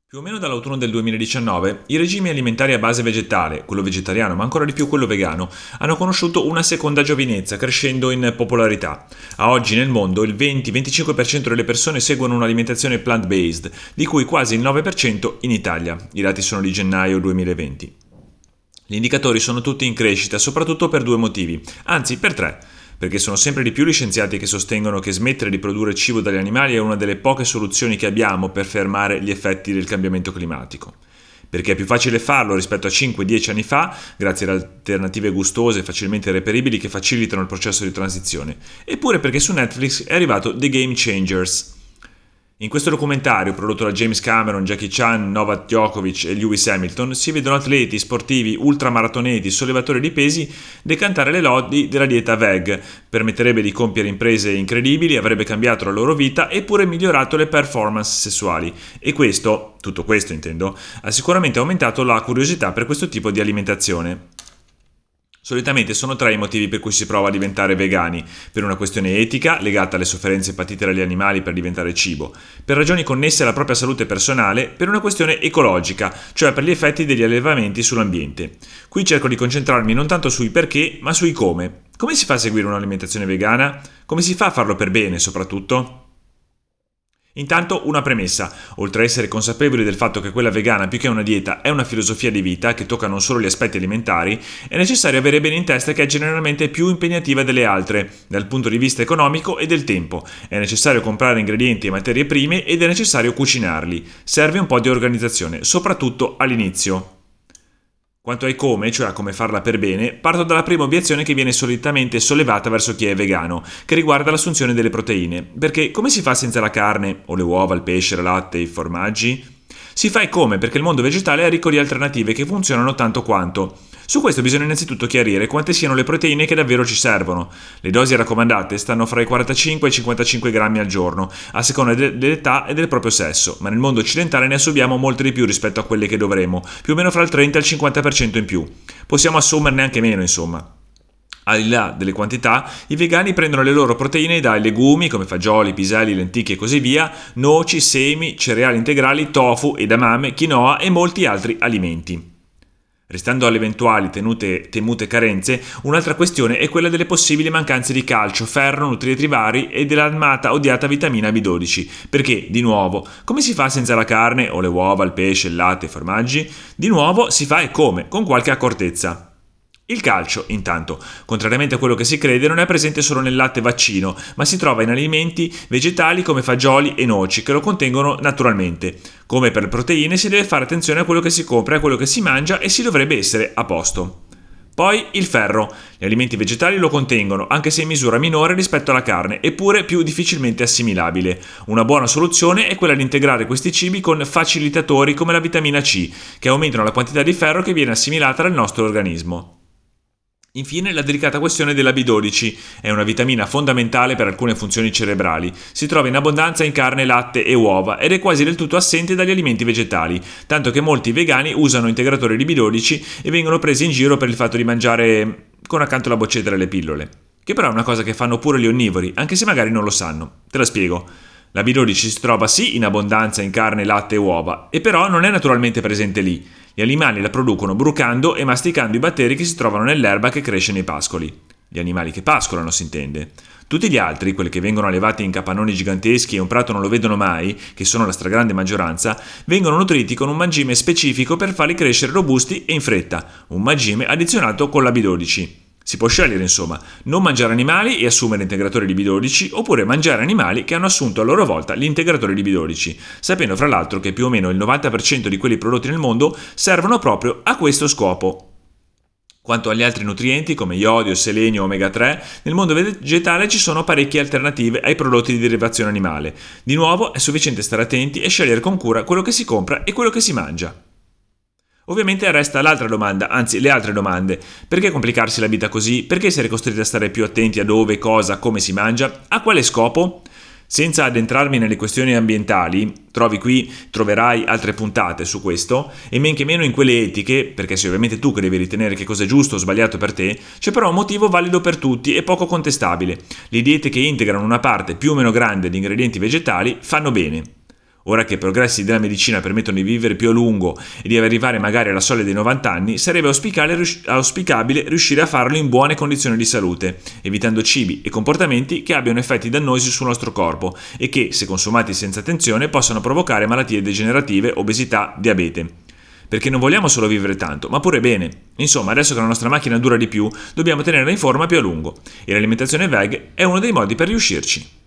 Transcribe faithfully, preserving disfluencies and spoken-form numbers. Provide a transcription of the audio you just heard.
Più o meno dall'autunno del duemiladiciannove, i regimi alimentari a base vegetale, quello vegetariano ma ancora di più quello vegano, hanno conosciuto una seconda giovinezza, crescendo in popolarità. A oggi nel mondo il venti-venticinque per cento delle persone seguono un'alimentazione plant-based, di cui quasi il nove per cento in Italia. I dati sono di gennaio duemilaventi. Gli indicatori sono tutti in crescita, soprattutto per due motivi, anzi per tre. Perché sono sempre di più gli scienziati che sostengono che smettere di produrre cibo dagli animali è una delle poche soluzioni che abbiamo per fermare gli effetti del cambiamento climatico. Perché è più facile farlo rispetto a cinque dieci anni fa, grazie ad alternative gustose e facilmente reperibili che facilitano il processo di transizione. Eppure perché su Netflix è arrivato The Game Changers. In questo documentario, prodotto da James Cameron, Jackie Chan, Novak Djokovic e Lewis Hamilton, si vedono atleti, sportivi, ultramaratoneti, sollevatori di pesi decantare le lodi della dieta veg. Permetterebbe di compiere imprese incredibili, avrebbe cambiato la loro vita e pure migliorato le performance sessuali. E questo, tutto questo intendo, ha sicuramente aumentato la curiosità per questo tipo di alimentazione. Solitamente sono tre i motivi per cui si prova a diventare vegani: per una questione etica, legata alle sofferenze patite dagli animali per diventare cibo, per ragioni connesse alla propria salute personale, per una questione ecologica, cioè per gli effetti degli allevamenti sull'ambiente. Qui cerco di concentrarmi non tanto sui perché, ma sui come. Come si fa a seguire un'alimentazione vegana? Come si fa a farlo per bene, soprattutto? Intanto una premessa: oltre a essere consapevoli del fatto che quella vegana più che una dieta è una filosofia di vita che tocca non solo gli aspetti alimentari, è necessario avere bene in testa che è generalmente più impegnativa delle altre, dal punto di vista economico e del tempo. È necessario comprare ingredienti e materie prime ed è necessario cucinarli. Serve un po' di organizzazione, soprattutto all'inizio. Quanto ai come, cioè a come farla per bene, parto dalla prima obiezione che viene solitamente sollevata verso chi è vegano, che riguarda l'assunzione delle proteine. Perché come si fa senza la carne, o le uova, il pesce, il latte, i formaggi? Si fa e come, perché il mondo vegetale è ricco di alternative che funzionano tanto quanto. Su questo bisogna innanzitutto chiarire quante siano le proteine che davvero ci servono. Le dosi raccomandate stanno fra i quarantacinque e i cinquantacinque grammi al giorno, a seconda de- dell'età e del proprio sesso, ma nel mondo occidentale ne assumiamo molte di più rispetto a quelle che dovremmo, più o meno fra il trenta e il cinquanta per cento in più. Possiamo assumerne anche meno, insomma. Al di là delle quantità, i vegani prendono le loro proteine dai legumi come fagioli, piselli, lenticchie e così via, noci, semi, cereali integrali, tofu, edamame, quinoa e molti altri alimenti. Restando alle eventuali tenute, temute carenze, un'altra questione è quella delle possibili mancanze di calcio, ferro, nutrienti vari e dell'amata odiata vitamina B dodici. Perché, di nuovo, come si fa senza la carne o le uova, il pesce, il latte, i formaggi? Di nuovo si fa e come, con qualche accortezza. Il calcio, intanto, contrariamente a quello che si crede, non è presente solo nel latte vaccino, ma si trova in alimenti vegetali come fagioli e noci, che lo contengono naturalmente. Come per le proteine, si deve fare attenzione a quello che si compra e a quello che si mangia e si dovrebbe essere a posto. Poi il ferro. Gli alimenti vegetali lo contengono, anche se in misura minore rispetto alla carne, eppure più difficilmente assimilabile. Una buona soluzione è quella di integrare questi cibi con facilitatori come la vitamina C, che aumentano la quantità di ferro che viene assimilata dal nostro organismo. Infine, la delicata questione della B dodici. È una vitamina fondamentale per alcune funzioni cerebrali. Si trova in abbondanza in carne, latte e uova ed è quasi del tutto assente dagli alimenti vegetali, tanto che molti vegani usano integratori di B dodici e vengono presi in giro per il fatto di mangiare con accanto la boccetta delle pillole. Che però è una cosa che fanno pure gli onnivori, anche se magari non lo sanno. Te la spiego. La B dodici si trova sì in abbondanza in carne, latte e uova, e però non è naturalmente presente lì. Gli animali la producono brucando e masticando i batteri che si trovano nell'erba che cresce nei pascoli. Gli animali che pascolano, si intende. Tutti gli altri, quelli che vengono allevati in capannoni giganteschi e un prato non lo vedono mai, che sono la stragrande maggioranza, vengono nutriti con un mangime specifico per farli crescere robusti e in fretta, un mangime addizionato con la B dodici. Si può scegliere, insomma, non mangiare animali e assumere integratori di B dodici, oppure mangiare animali che hanno assunto a loro volta gli integratori di B dodici, sapendo fra l'altro che più o meno il novanta per cento di quelli prodotti nel mondo servono proprio a questo scopo. Quanto agli altri nutrienti come iodio, selenio, omega tre, nel mondo vegetale ci sono parecchie alternative ai prodotti di derivazione animale. Di nuovo è sufficiente stare attenti e scegliere con cura quello che si compra e quello che si mangia. Ovviamente resta l'altra domanda, anzi le altre domande. Perché complicarsi la vita così? Perché essere costretti a stare più attenti a dove, cosa, come si mangia? A quale scopo? Senza addentrarmi nelle questioni ambientali, trovi qui, troverai altre puntate su questo, e men che meno in quelle etiche, perché sei ovviamente tu che devi ritenere che cosa è giusto o sbagliato per te, c'è però un motivo valido per tutti e poco contestabile. Le diete che integrano una parte più o meno grande di ingredienti vegetali fanno bene. Ora che i progressi della medicina permettono di vivere più a lungo e di arrivare magari alla soglia dei novanta anni, sarebbe auspicabile riuscire a farlo in buone condizioni di salute, evitando cibi e comportamenti che abbiano effetti dannosi sul nostro corpo e che, se consumati senza attenzione, possano provocare malattie degenerative, obesità, diabete. Perché non vogliamo solo vivere tanto, ma pure bene. Insomma, adesso che la nostra macchina dura di più, dobbiamo tenerla in forma più a lungo. E l'alimentazione veg è uno dei modi per riuscirci.